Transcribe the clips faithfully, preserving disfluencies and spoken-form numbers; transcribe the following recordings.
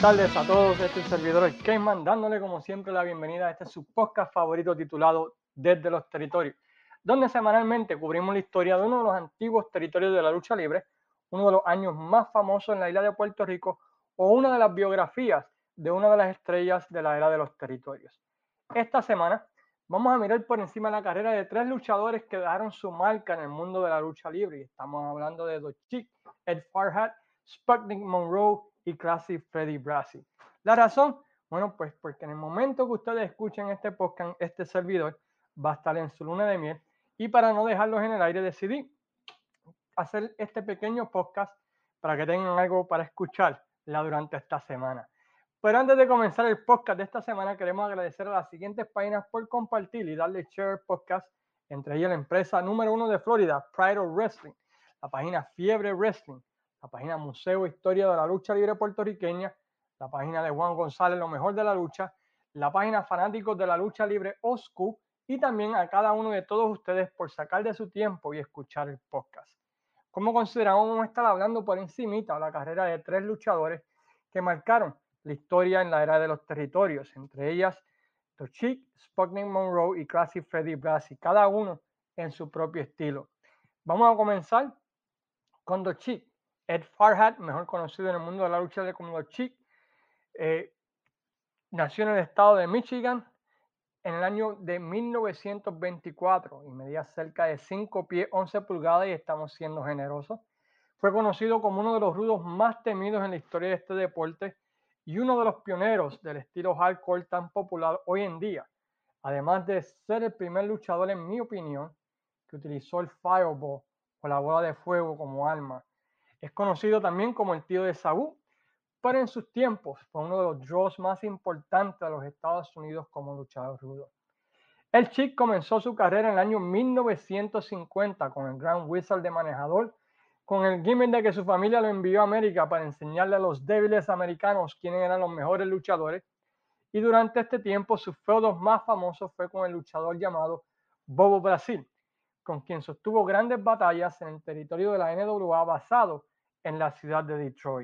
tardes a todos, este es el servidor el Cayman, dándole como siempre la bienvenida a este su podcast favorito titulado Desde los Territorios, donde semanalmente cubrimos la historia de uno de los antiguos territorios de la lucha libre, uno de los años más famosos en la isla de Puerto Rico o una de las biografías de una de las estrellas de la era de los territorios. Esta semana vamos a mirar por encima la carrera de tres luchadores que dejaron su marca en el mundo de la lucha libre, y estamos hablando de The Chick, Ed Farhat, Sputnik Monroe y Classic Freddie Blassie. La razón, bueno, pues porque en el momento que ustedes escuchen este podcast, este servidor va a estar en su luna de miel, y para no dejarlos en el aire decidí hacer este pequeño podcast para que tengan algo para escuchar durante esta semana. Pero antes de comenzar el podcast de esta semana, queremos agradecer a las siguientes páginas por compartir y darle share podcast, entre ellas la empresa número uno de Florida, Pride of Wrestling, la página Fiebre Wrestling, la página Museo Historia de la Lucha Libre Puertorriqueña, la página de Juan González, Lo Mejor de la Lucha, la página Fanáticos de la Lucha Libre O S C U, y también a cada uno de todos ustedes por sacar de su tiempo y escuchar el podcast. Como consideramos, vamos a estar hablando por encimita la carrera de tres luchadores que marcaron la historia en la era de los territorios, entre ellas The Chick, Sputnik Monroe y Classic Freddie Blassie, cada uno en su propio estilo. Vamos a comenzar con The Chick. Ed Farhat, mejor conocido en el mundo de la lucha como The Chick, eh, nació en el estado de Michigan en el año de mil novecientos veinticuatro y medía cerca de cinco pies once pulgadas, y estamos siendo generosos. Fue conocido como uno de los rudos más temidos en la historia de este deporte y uno de los pioneros del estilo hardcore tan popular hoy en día, además de ser el primer luchador, en mi opinión, que utilizó el fireball o la bola de fuego como arma. Es conocido también como el tío de Sabu, pero en sus tiempos fue uno de los draws más importantes de los Estados Unidos como luchador rudo. El Chick comenzó su carrera en el año mil novecientos cincuenta con el Grand Wizard de manejador, con el gimmick de que su familia lo envió a América para enseñarle a los débiles americanos quiénes eran los mejores luchadores, y durante este tiempo sus feudos más famosos fue con el luchador llamado Bobo Brasil, con quien sostuvo grandes batallas en el territorio de la N W A basado en la ciudad de Detroit.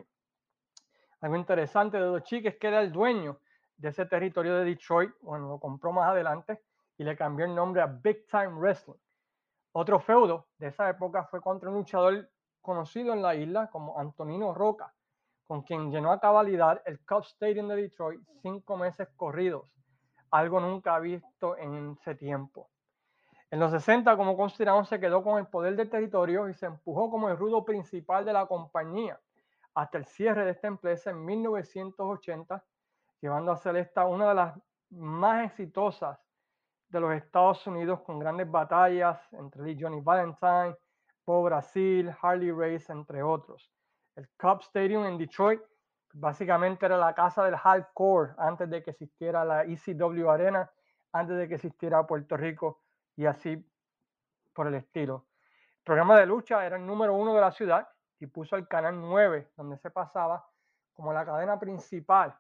Algo interesante de The Chick es que era el dueño de ese territorio de Detroit, bueno, lo compró más adelante y le cambió el nombre a Big Time Wrestling. Otro feudo de esa época fue contra un luchador conocido en la isla como Antonino Roca, con quien llenó a cabalidad el Cub Stadium de Detroit cinco meses corridos, algo nunca visto en ese tiempo. En los sesenta, como consideramos, se quedó con el poder del territorio y se empujó como el rudo principal de la compañía hasta el cierre de esta empresa en mil novecientos ochenta, llevando a ser esta una de las más exitosas de los Estados Unidos, con grandes batallas entre Johnny Valentine, Bobo Brasil, Harley Race, entre otros. El Cub Stadium en Detroit básicamente era la casa del hardcore antes de que existiera la E C W Arena, antes de que existiera Puerto Rico y así por el estilo. El programa de lucha era el número uno de la ciudad y puso el canal nueve, donde se pasaba como la cadena principal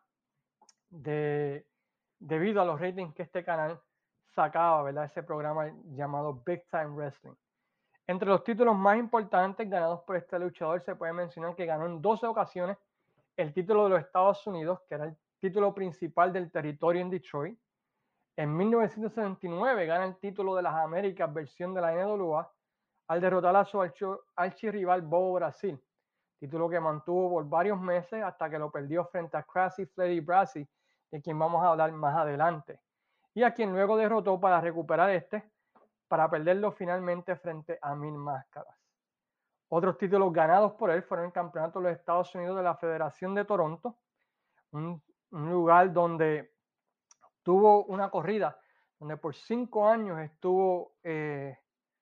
de, debido a los ratings que este canal sacaba, ¿verdad? Ese programa llamado Big Time Wrestling. Entre los títulos más importantes ganados por este luchador se puede mencionar que ganó en doce ocasiones el título de los Estados Unidos, que era el título principal del territorio en Detroit. En mil novecientos setenta y nueve gana el título de las Américas, versión de la N W A, al derrotar a su archirrival Bobo Brasil, título que mantuvo por varios meses hasta que lo perdió frente a Classic Freddie Blassie, de quien vamos a hablar más adelante, y a quien luego derrotó para recuperar este, para perderlo finalmente frente a Mil Máscaras. Otros títulos ganados por él fueron el Campeonato de los Estados Unidos de la Federación de Toronto, un, un lugar donde tuvo una corrida, donde por cinco años estuvo eh,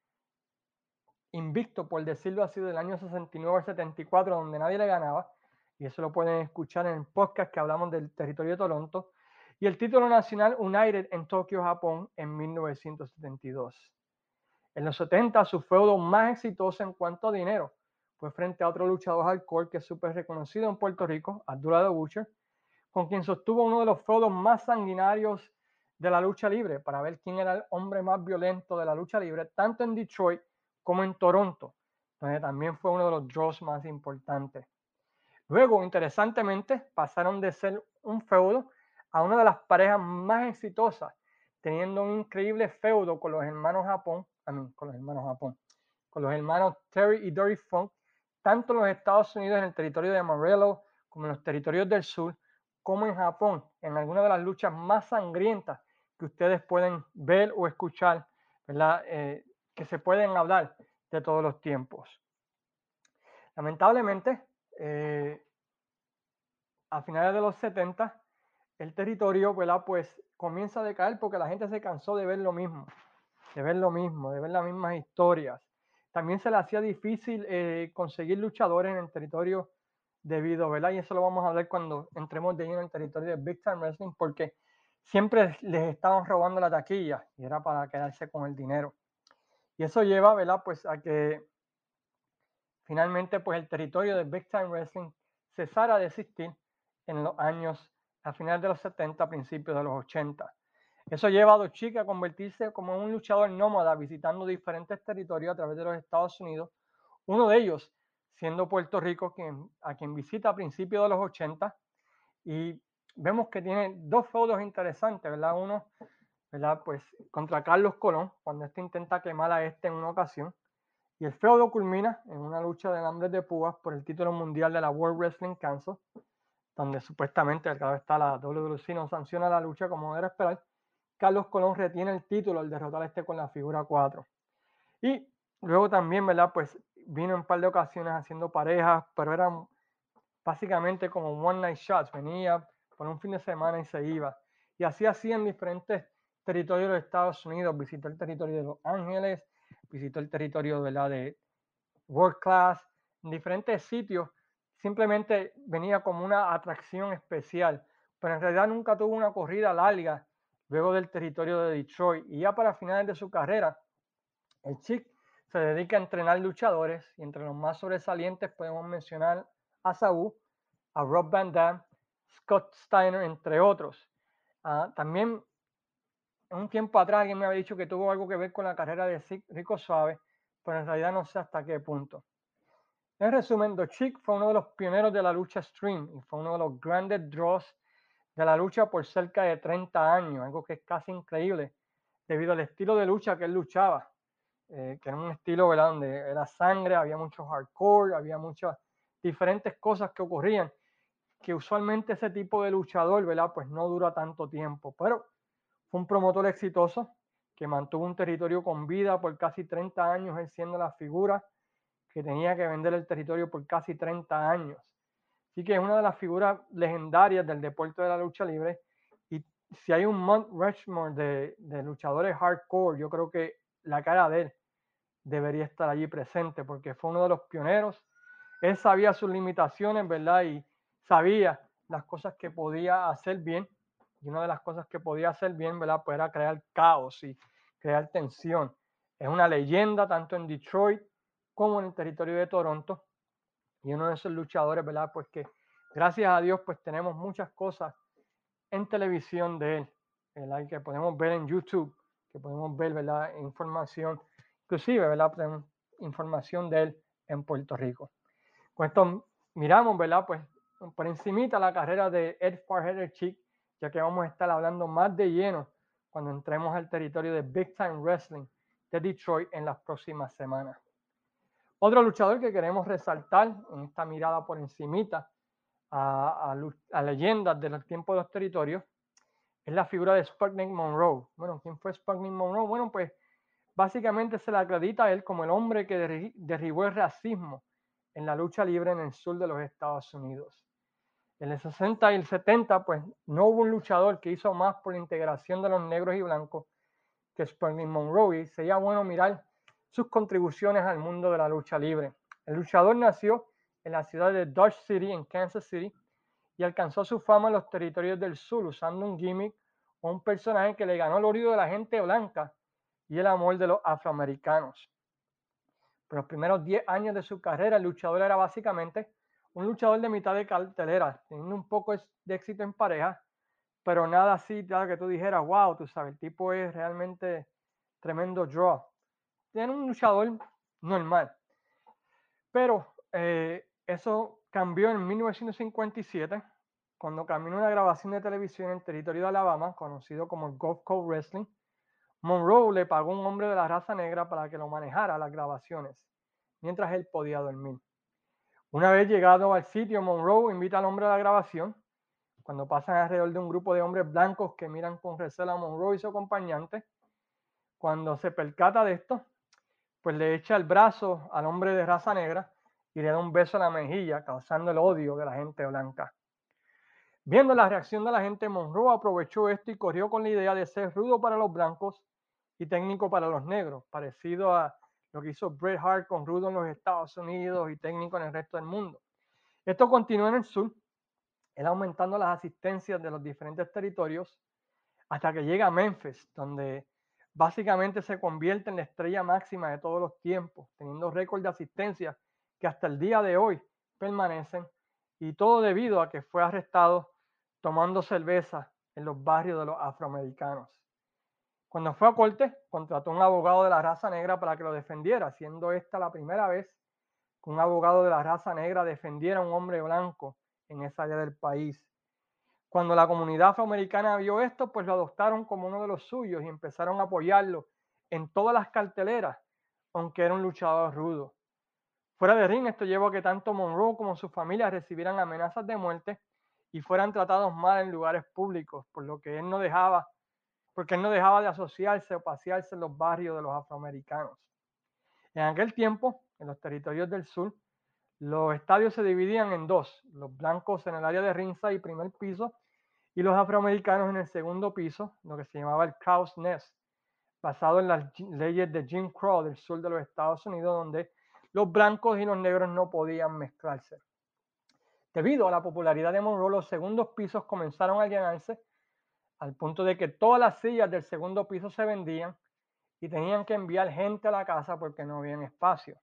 invicto, por decirlo así, del año sesenta y nueve al setenta y cuatro, donde nadie le ganaba, y eso lo pueden escuchar en el podcast que hablamos del territorio de Toronto, y el título nacional United en Tokio, Japón, en mil novecientos setenta y dos. En los setenta, su feudo más exitoso en cuanto a dinero fue frente a otro luchador hardcore que es súper reconocido en Puerto Rico, Abdullah the Butcher, con quien sostuvo uno de los feudos más sanguinarios de la lucha libre, para ver quién era el hombre más violento de la lucha libre, tanto en Detroit como en Toronto, donde también fue uno de los draws más importantes. Luego, interesantemente, pasaron de ser un feudo a una de las parejas más exitosas, teniendo un increíble feudo con los hermanos Japón, a mí, con los hermanos Japón, con los hermanos Terry y Dory Funk, tanto en los Estados Unidos, en el territorio de Amarillo, como en los territorios del sur, como en Japón, en alguna de las luchas más sangrientas que ustedes pueden ver o escuchar, ¿verdad? Eh, que se pueden hablar de todos los tiempos. Lamentablemente, eh, a finales de los setenta, el territorio, ¿verdad? Pues comienza a decaer porque la gente se cansó de ver lo mismo, de ver lo mismo, de ver las mismas historias. También se le hacía difícil eh, conseguir luchadores en el territorio debido, ¿verdad? Y eso lo vamos a ver cuando entremos de lleno en el territorio de Big Time Wrestling, porque siempre les estaban robando la taquilla y era para quedarse con el dinero. Y eso lleva, ¿verdad? Pues a que finalmente, pues el territorio de Big Time Wrestling cesara de existir en los años, a finales de los setenta, principios de los ochenta. Eso lleva a Dochik a convertirse como un luchador nómada, visitando diferentes territorios a través de los Estados Unidos, uno de ellos siendo Puerto Rico, quien, a quien visita a principios de los ochenta, y vemos que tiene dos feudos interesantes, ¿verdad? Uno, ¿verdad? Pues contra Carlos Colón, cuando este intenta quemar a este en una ocasión, y el feudo culmina en una lucha de alambres de púas por el título mundial de la World Wrestling Council, donde supuestamente, al cabo está, la W W C no sanciona la lucha como era esperar. Carlos Colón retiene el título al derrotar a este con la figura cuatro. Y luego también, ¿verdad? Pues vino en un par de ocasiones haciendo parejas, pero eran básicamente como one night shots. Venía por un fin de semana y se iba. Y así hacía en diferentes territorios de Estados Unidos. Visitó el territorio de Los Ángeles, visitó el territorio, ¿verdad? De World Class, en diferentes sitios. Simplemente venía como una atracción especial, pero en realidad nunca tuvo una corrida larga luego del territorio de Detroit. Y ya para finales de su carrera, el Chick se dedica a entrenar luchadores, y entre los más sobresalientes podemos mencionar a Saúl, a Rob Van Dam, Scott Steiner, entre otros. Uh, también un tiempo atrás alguien me había dicho que tuvo algo que ver con la carrera de Rico Suave, pero en realidad no sé hasta qué punto. En resumen, The Chick fue uno de los pioneros de la lucha stream y fue uno de los grandes draws de la lucha por cerca de treinta años, algo que es casi increíble debido al estilo de lucha que él luchaba, eh, que era un estilo, ¿verdad?, donde era sangre, había mucho hardcore, había muchas diferentes cosas que ocurrían, que usualmente ese tipo de luchador, ¿verdad?, pues no dura tanto tiempo, pero fue un promotor exitoso que mantuvo un territorio con vida por casi treinta años, él siendo la figura que tenía que vender el territorio por casi treinta años. Así que es una de las figuras legendarias del deporte de la lucha libre. Y si hay un Mount Rushmore de, de luchadores hardcore, yo creo que la cara de él debería estar allí presente porque fue uno de los pioneros. Él sabía sus limitaciones, ¿verdad? Y sabía las cosas que podía hacer bien. Y una de las cosas que podía hacer bien, ¿verdad? Pues era crear caos y crear tensión. Es una leyenda tanto en Detroit como en el territorio de Toronto, y uno de esos luchadores, ¿verdad? Pues que gracias a Dios pues tenemos muchas cosas en televisión de él, ¿verdad? Que podemos ver en YouTube, que podemos ver, ¿verdad? Información, inclusive, ¿verdad? Tenemos información de él en Puerto Rico. Con esto miramos, ¿verdad? Pues por encimita la carrera de Ed Farhead Chick, ya que vamos a estar hablando más de lleno cuando entremos al territorio de Big Time Wrestling de Detroit en las próximas semanas. Otro luchador que queremos resaltar en esta mirada por encimita a, a, a leyendas de los tiempos de los territorios es la figura de Sputnik Monroe. Bueno, ¿quién fue Sputnik Monroe? Bueno, pues básicamente se le acredita a él como el hombre que derribó el racismo en la lucha libre en el sur de los Estados Unidos. En el sesenta y el setenta, pues no hubo un luchador que hizo más por la integración de los negros y blancos que Sputnik Monroe, y sería bueno mirar sus contribuciones al mundo de la lucha libre. El luchador nació en la ciudad de Dodge City, en Kansas City, y alcanzó su fama en los territorios del sur usando un gimmick o un personaje que le ganó el oído de la gente blanca y el amor de los afroamericanos. Por los primeros diez años de su carrera, el luchador era básicamente un luchador de mitad de cartelera, teniendo un poco de éxito en pareja, pero nada así, nada que tú dijeras, wow, tú sabes, el tipo es realmente tremendo draw. Tiene un luchador normal. Pero eh, eso cambió en mil novecientos cincuenta y siete, cuando caminó una grabación de televisión en el territorio de Alabama, conocido como el Gulf Coast Wrestling. Monroe le pagó a un hombre de la raza negra para que lo manejara las grabaciones, mientras él podía dormir. Una vez llegado al sitio, Monroe invita al hombre a la grabación. Cuando pasan alrededor de un grupo de hombres blancos que miran con recelo a Monroe y su acompañante, cuando se percata de esto, pues le echa el brazo al hombre de raza negra y le da un beso en la mejilla, causando el odio de la gente blanca. Viendo la reacción de la gente, Monroe aprovechó esto y corrió con la idea de ser rudo para los blancos y técnico para los negros, parecido a lo que hizo Bret Hart con rudo en los Estados Unidos y técnico en el resto del mundo. Esto continuó en el sur, él aumentando las asistencias de los diferentes territorios hasta que llega a Memphis, donde básicamente se convierte en la estrella máxima de todos los tiempos, teniendo récord de asistencia que hasta el día de hoy permanecen, y todo debido a que fue arrestado tomando cerveza en los barrios de los afroamericanos. Cuando fue a corte, contrató un abogado de la raza negra para que lo defendiera, siendo esta la primera vez que un abogado de la raza negra defendiera a un hombre blanco en esa área del país. Cuando la comunidad afroamericana vio esto, pues lo adoptaron como uno de los suyos y empezaron a apoyarlo en todas las carteleras, aunque era un luchador rudo. Fuera de ring, esto llevó a que tanto Monroe como su familia recibieran amenazas de muerte y fueran tratados mal en lugares públicos, por lo que él no dejaba, porque él no dejaba de asociarse o pasearse en los barrios de los afroamericanos. En aquel tiempo, en los territorios del sur, los estadios se dividían en dos, los blancos en el área de ringside y primer piso, y los afroamericanos en el segundo piso, lo que se llamaba el Crow's Nest, basado en las leyes de Jim Crow del sur de los Estados Unidos, donde los blancos y los negros no podían mezclarse. Debido a la popularidad de Monroe, los segundos pisos comenzaron a llenarse al punto de que todas las sillas del segundo piso se vendían y tenían que enviar gente a la casa porque no había espacio.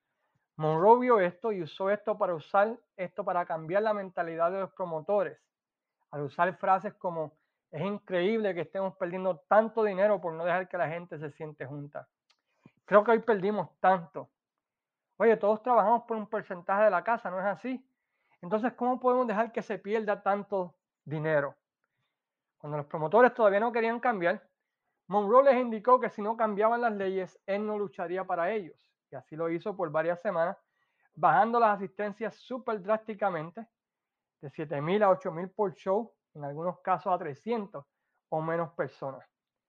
Monroe vio esto y usó esto para usar esto para cambiar la mentalidad de los promotores, al usar frases como: es increíble que estemos perdiendo tanto dinero por no dejar que la gente se siente junta. Creo que hoy perdimos tanto. Oye, todos trabajamos por un porcentaje de la casa, ¿no es así? Entonces, ¿cómo podemos dejar que se pierda tanto dinero? Cuando los promotores todavía no querían cambiar, Monroe les indicó que si no cambiaban las leyes, él no lucharía para ellos. Y así lo hizo por varias semanas, bajando las asistencias súper drásticamente, de siete mil a ocho mil por show, en algunos casos a trescientos o menos personas.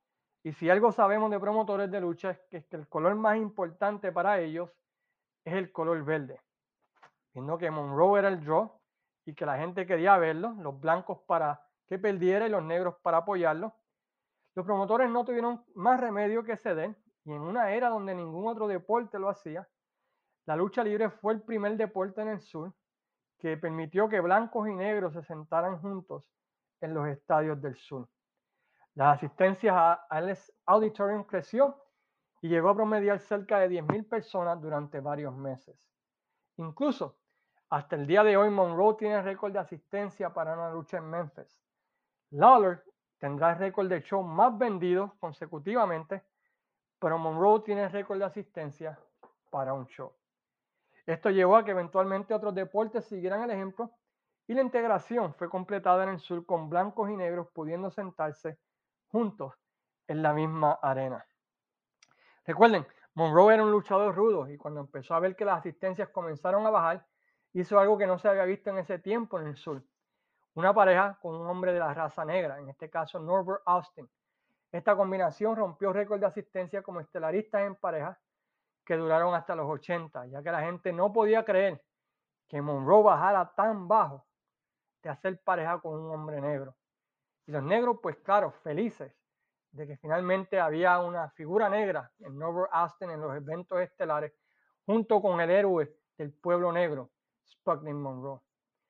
Y si algo sabemos de promotores de lucha es que, es que el color más importante para ellos es el color verde. Viendo que Monroe era el draw y que la gente quería verlo, los blancos para que perdiera y los negros para apoyarlo, los promotores no tuvieron más remedio que ceder, y en una era donde ningún otro deporte lo hacía, la lucha libre fue el primer deporte en el sur que permitió que blancos y negros se sentaran juntos en los estadios del sur. Las asistencias a Alice Auditorium creció y llegó a promediar cerca de diez mil personas durante varios meses. Incluso, hasta el día de hoy, Monroe tiene récord de asistencia para una lucha en Memphis. Lawler tendrá el récord de show más vendidos consecutivamente, pero Monroe tiene el récord de asistencia para un show. Esto llevó a que eventualmente otros deportes siguieran el ejemplo y la integración fue completada en el sur con blancos y negros pudiendo sentarse juntos en la misma arena. Recuerden, Monroe era un luchador rudo y cuando empezó a ver que las asistencias comenzaron a bajar, hizo algo que no se había visto en ese tiempo en el sur. Una pareja con un hombre de la raza negra, en este caso Norbert Austin. Esta combinación rompió récord de asistencia como estelaristas en pareja que duraron hasta los ochenta, ya que la gente no podía creer que Monroe bajara tan bajo de hacer pareja con un hombre negro. Y los negros, pues claro, felices de que finalmente había una figura negra en Norbert Austin en los eventos estelares, junto con el héroe del pueblo negro, Sputnik Monroe.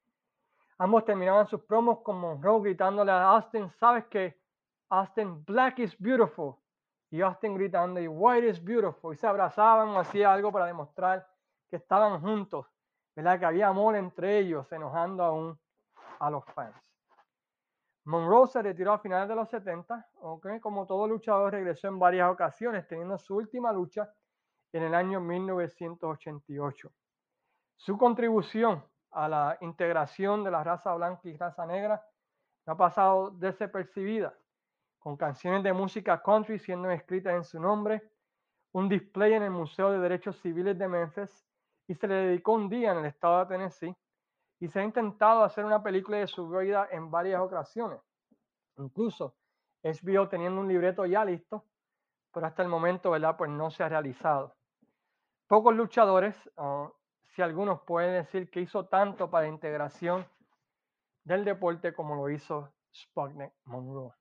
Ambos terminaban sus promos con Monroe gritándole a Austin: ¿sabes qué? Austin, black is beautiful. Y Austin gritando: y white is beautiful. Y se abrazaban o hacía algo para demostrar que estaban juntos, ¿verdad? Que había amor entre ellos, enojando aún a los fans. Monroe se retiró a finales de los setenta, aunque como todo luchador regresó en varias ocasiones, teniendo su última lucha en el año mil novecientos ochenta y ocho. Su contribución a la integración de la raza blanca y raza negra no ha pasado desapercibida, con canciones de música country siendo escritas en su nombre, un display en el Museo de Derechos Civiles de Memphis y se le dedicó un día en el estado de Tennessee y se ha intentado hacer una película de su vida en varias ocasiones. Incluso H B O teniendo un libreto ya listo, pero hasta el momento, ¿verdad? Pues no se ha realizado. Pocos luchadores, uh, si algunos pueden decir que hizo tanto para la integración del deporte como lo hizo Sputnik Monroe.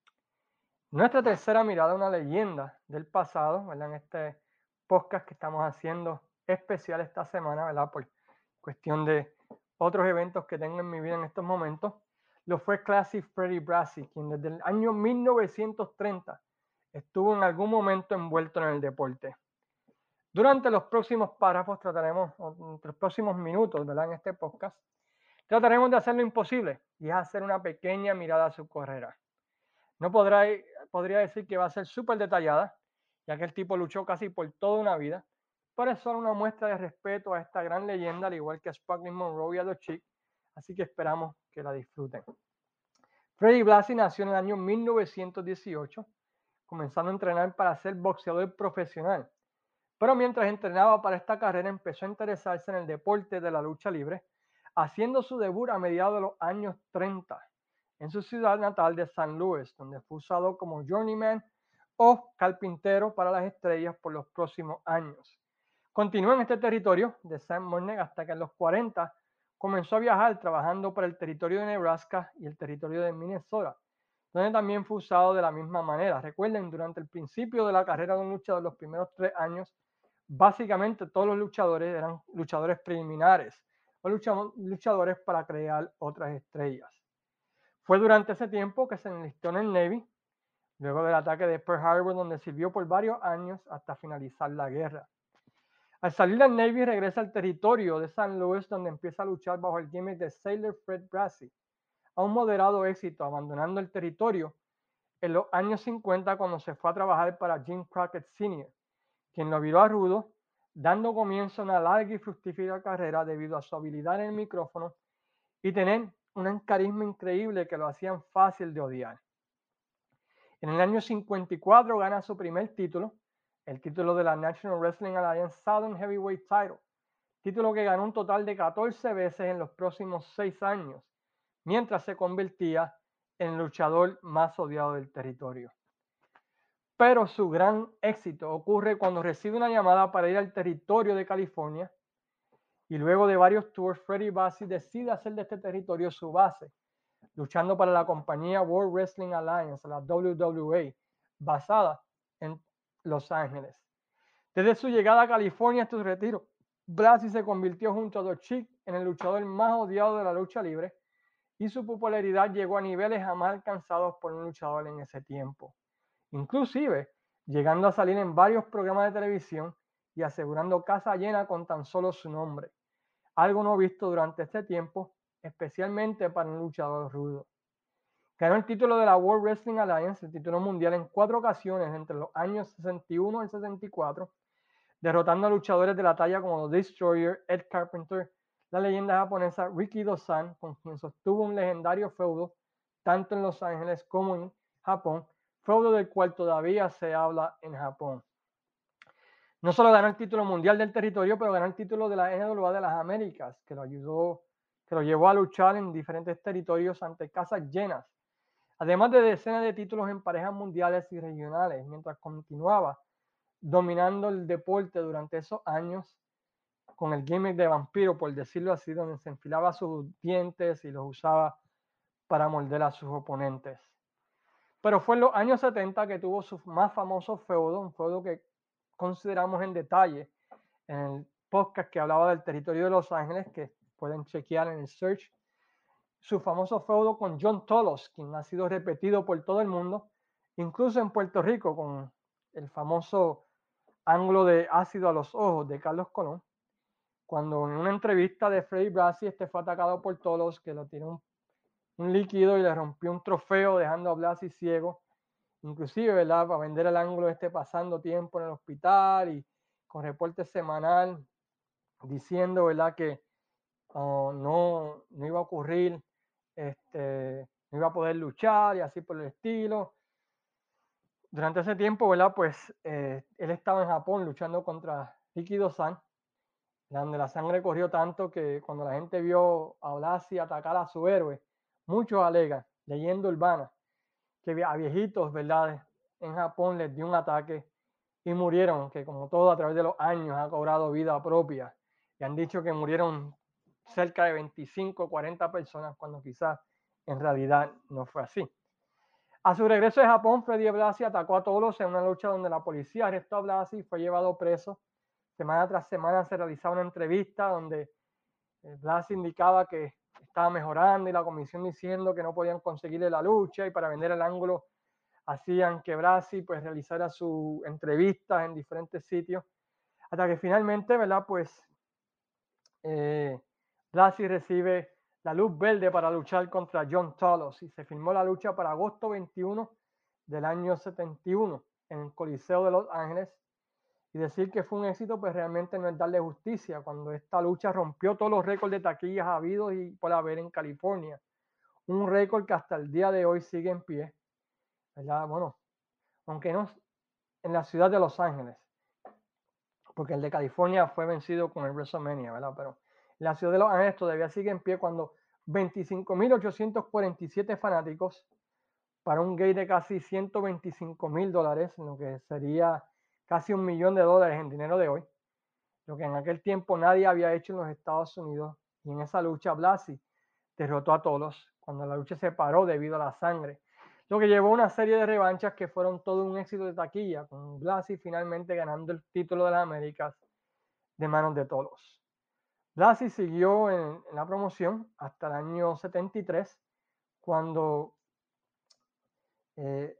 Nuestra tercera mirada, una leyenda del pasado, ¿verdad? En este podcast que estamos haciendo especial esta semana, ¿verdad? Por cuestión de otros eventos que tengo en mi vida en estos momentos, lo fue Classic Freddie Blassie, quien desde el año mil novecientos treinta estuvo en algún momento envuelto en el deporte. Durante los próximos párrafos trataremos, entre los próximos minutos, ¿verdad? En este podcast, trataremos de hacer lo imposible y es hacer una pequeña mirada a su carrera. No podrá, podría decir que va a ser súper detallada, ya que el tipo luchó casi por toda una vida, pero es solo una muestra de respeto a esta gran leyenda, al igual que a Sputnik Monroe y a los Chic, así que esperamos que la disfruten. Freddie Blassie nació en el año mil novecientos dieciocho, comenzando a entrenar para ser boxeador profesional, pero mientras entrenaba para esta carrera empezó a interesarse en el deporte de la lucha libre, haciendo su debut a mediados de los años treinta en su ciudad natal de San Luis, donde fue usado como journeyman o carpintero para las estrellas por los próximos años. Continuó en este territorio de San Monet hasta que en los cuarenta comenzó a viajar trabajando para el territorio de Nebraska y el territorio de Minnesota, donde también fue usado de la misma manera. Recuerden, durante el principio de la carrera de un luchador, los primeros tres años, básicamente todos los luchadores eran luchadores preliminares o luchadores para crear otras estrellas. Fue durante ese tiempo que se enlistó en el Navy, luego del ataque de Pearl Harbor, donde sirvió por varios años hasta finalizar la guerra. Al salir del Navy regresa al territorio de San Luis, donde empieza a luchar bajo el gimmick de Sailor Fred Blassie, a un moderado éxito, abandonando el territorio en los años cincuenta cuando se fue a trabajar para Jim Crockett senior, quien lo viró a rudo, dando comienzo a una larga y fructífera carrera debido a su habilidad en el micrófono y tener un carisma increíble que lo hacían fácil de odiar. En el año cincuenta y cuatro gana su primer título, el título de la National Wrestling Alliance Southern Heavyweight Title, título que ganó un total de catorce veces en los próximos seis años, mientras se convertía en el luchador más odiado del territorio. Pero su gran éxito ocurre cuando recibe una llamada para ir al territorio de California y luego de varios tours, Freddie Blassie decide hacer de este territorio su base, luchando para la compañía World Wrestling Alliance, la W W A, basada en Los Ángeles. Desde su llegada a California hasta su retiro, Blassie se convirtió junto a The Chic en el luchador más odiado de la lucha libre y su popularidad llegó a niveles jamás alcanzados por un luchador en ese tiempo, inclusive llegando a salir en varios programas de televisión y asegurando casa llena con tan solo su nombre, algo no visto durante este tiempo, especialmente para un luchador rudo. Ganó el título de la World Wrestling Alliance, el título mundial, en cuatro ocasiones entre los años sesenta y uno y sesenta y cuatro, derrotando a luchadores de la talla como The Destroyer, Ed Carpenter, la leyenda japonesa Riki Dosan, con quien sostuvo un legendario feudo tanto en Los Ángeles como en Japón, feudo del cual todavía se habla en Japón. No solo ganó el título mundial del territorio, pero ganó el título de la N W A de las Américas, que lo ayudó, que lo llevó a luchar en diferentes territorios ante casas llenas, además de decenas de títulos en parejas mundiales y regionales, mientras continuaba dominando el deporte durante esos años con el gimmick de vampiro, por decirlo así, donde se enfilaba sus dientes y los usaba para morder a sus oponentes. Pero fue en los años setenta que tuvo su más famoso feudo, un feudo que consideramos en detalle en el podcast que hablaba del territorio de Los Ángeles, que pueden chequear en el search, su famoso feudo con John Tolos, quien ha sido repetido por todo el mundo, incluso en Puerto Rico, con el famoso ángulo de ácido a los ojos de Carlos Colón, cuando en una entrevista de Freddie Blassie este fue atacado por Tolos, que lo tiró un, un líquido y le rompió un trofeo, dejando a Blassie ciego. Inclusive, ¿verdad? Para vender el ángulo este pasando tiempo en el hospital y con reporte semanal diciendo, ¿verdad? Que o no, no iba a ocurrir, este, no iba a poder luchar y así por el estilo. Durante ese tiempo, ¿verdad? Pues eh, él estaba en Japón luchando contra Rikido-san, donde la sangre corrió tanto que cuando la gente vio a Blasi atacar a su héroe, muchos alegan, leyenda urbana, que a viejitos, ¿verdad? En Japón les dio un ataque y murieron, que como todo a través de los años ha cobrado vida propia. Y han dicho que murieron cerca de veinticinco, cuarenta personas, cuando quizás en realidad no fue así. A su regreso de Japón, Freddy Blassie atacó a todos en una lucha donde la policía arrestó a Blassie y fue llevado preso. Semana tras semana se realizaba una entrevista donde Blassie indicaba que estaba mejorando y la comisión diciendo que no podían conseguirle la lucha y para vender el ángulo hacían que Blassie pues realizara sus entrevistas en diferentes sitios hasta que finalmente, ¿verdad? Pues eh, Blassie recibe la luz verde para luchar contra John Tolos y se firmó la lucha para agosto veintiuno del año setenta y uno en el Coliseo de Los Ángeles. Y decir que fue un éxito, pues realmente no es darle justicia, cuando esta lucha rompió todos los récords de taquillas habidos y por haber en California. Un récord que hasta el día de hoy sigue en pie, ¿verdad? Bueno, aunque no en la ciudad de Los Ángeles, porque el de California fue vencido con el WrestleMania, ¿verdad? Pero en la ciudad de Los Ángeles todavía sigue en pie cuando veinticinco mil ochocientos cuarenta y siete fanáticos para un gate de casi ciento veinticinco mil dólares, lo que sería casi un millón de dólares en dinero de hoy, lo que en aquel tiempo nadie había hecho en los Estados Unidos. Y en esa lucha Blassie derrotó a todos cuando la lucha se paró debido a la sangre, lo que llevó a una serie de revanchas que fueron todo un éxito de taquilla, con Blassie finalmente ganando el título de las Américas de manos de todos. Blassie siguió en, en la promoción hasta el año setenta y tres, cuando eh,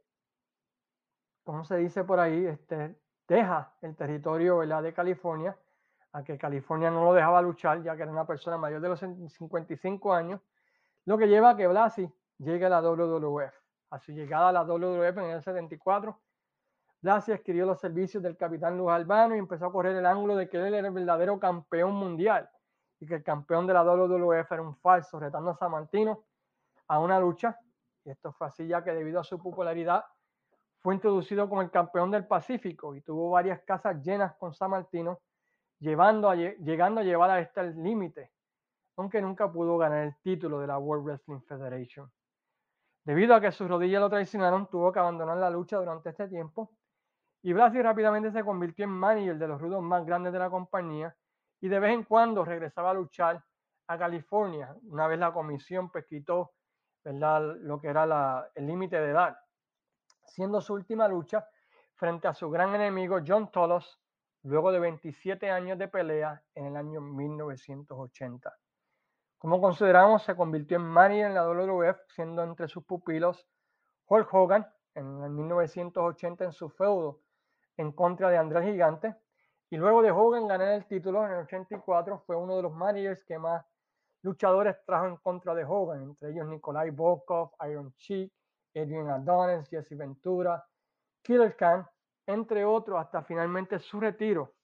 ¿cómo se dice por ahí? Este, deja el territorio, ¿verdad?, de California, a que California no lo dejaba luchar, ya que era una persona mayor de los cincuenta y cinco años, lo que lleva a que Blassie llegue a la W W F. A su llegada a la W W F en el setenta y cuatro, Blassie adquirió los servicios del capitán Luz Albano y empezó a correr el ángulo de que él era el verdadero campeón mundial y que el campeón de la W W F era un falso, retando a Sammartino a una lucha. Y esto fue así ya que debido a su popularidad fue introducido como el campeón del Pacífico y tuvo varias casas llenas con Sammartino, llevando a, llegando a llevar a este al límite, aunque nunca pudo ganar el título de la World Wrestling Federation. Debido a que sus rodillas lo traicionaron, tuvo que abandonar la lucha durante este tiempo y Blassie rápidamente se convirtió en manager de los rudos más grandes de la compañía y de vez en cuando regresaba a luchar a California, una vez la comisión pues quitó, ¿verdad?, lo que era la, el límite de edad, siendo su última lucha frente a su gran enemigo John Tolos, luego de veintisiete años de pelea en el año mil novecientos ochenta. Como consideramos, se convirtió en manager en la W W F, siendo entre sus pupilos Hulk Hogan en el mil novecientos ochenta en su feudo en contra de André el Gigante, y luego de Hogan ganar el título en el ochenta y cuatro, fue uno de los managers que más luchadores trajo en contra de Hogan, entre ellos Nikolai Volkov, Iron Sheik, Adrian Adonis, Jesse Ventura, Killer Khan, entre otros, hasta finalmente su retiro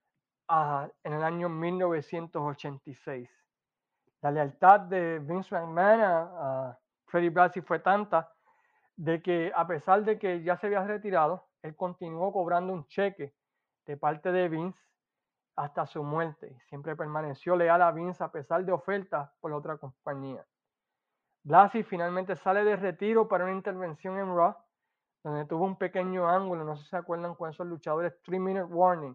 uh, en el año mil novecientos ochenta y seis. La lealtad de Vince McMahon a, a Freddie Blassie fue tanta de que, a pesar de que ya se había retirado, él continuó cobrando un cheque de parte de Vince hasta su muerte. Siempre permaneció leal a Vince a pesar de ofertas por otra compañía. Blassie finalmente sale de retiro para una intervención en Raw, donde tuvo un pequeño ángulo, no sé si se acuerdan, con esos luchadores three minute warning.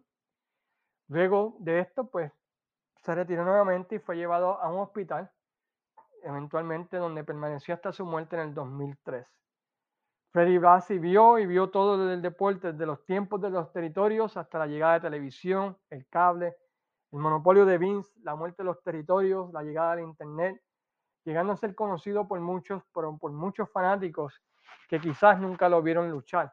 Luego de esto, pues, se retiró nuevamente y fue llevado a un hospital, eventualmente donde permaneció hasta su muerte en el dos mil tres. Freddie Blassie vio y vio todo desde el deporte, desde los tiempos de los territorios hasta la llegada de televisión, el cable, el monopolio de Vince, la muerte de los territorios, la llegada del internet, llegando a ser conocido por muchos, por, por muchos fanáticos que quizás nunca lo vieron luchar.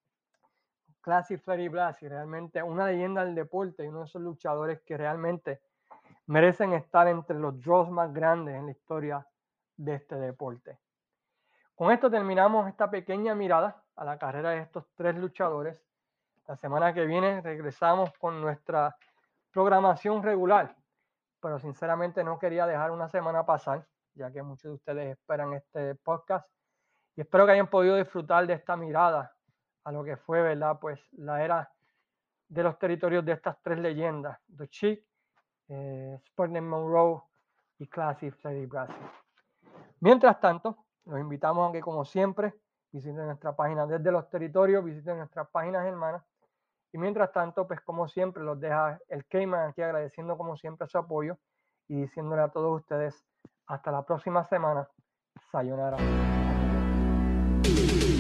Classic Freddie Blassie, realmente una leyenda del deporte y uno de esos luchadores que realmente merecen estar entre los draws más grandes en la historia de este deporte. Con esto terminamos esta pequeña mirada a la carrera de estos tres luchadores. La semana que viene regresamos con nuestra programación regular, pero sinceramente no quería dejar una semana pasar, ya que muchos de ustedes esperan este podcast, y espero que hayan podido disfrutar de esta mirada a lo que fue, ¿verdad? Pues la era de los territorios de estas tres leyendas, The Chick, eh, Sputnik Monroe y Classy Freddie Blassie. Mientras tanto, los invitamos a que, como siempre, visiten nuestra página Desde los Territorios, visiten nuestras páginas hermanas. Y mientras tanto, pues como siempre, los deja el Cayman aquí agradeciendo como siempre su apoyo y diciéndole a todos ustedes hasta la próxima semana. Sayonara.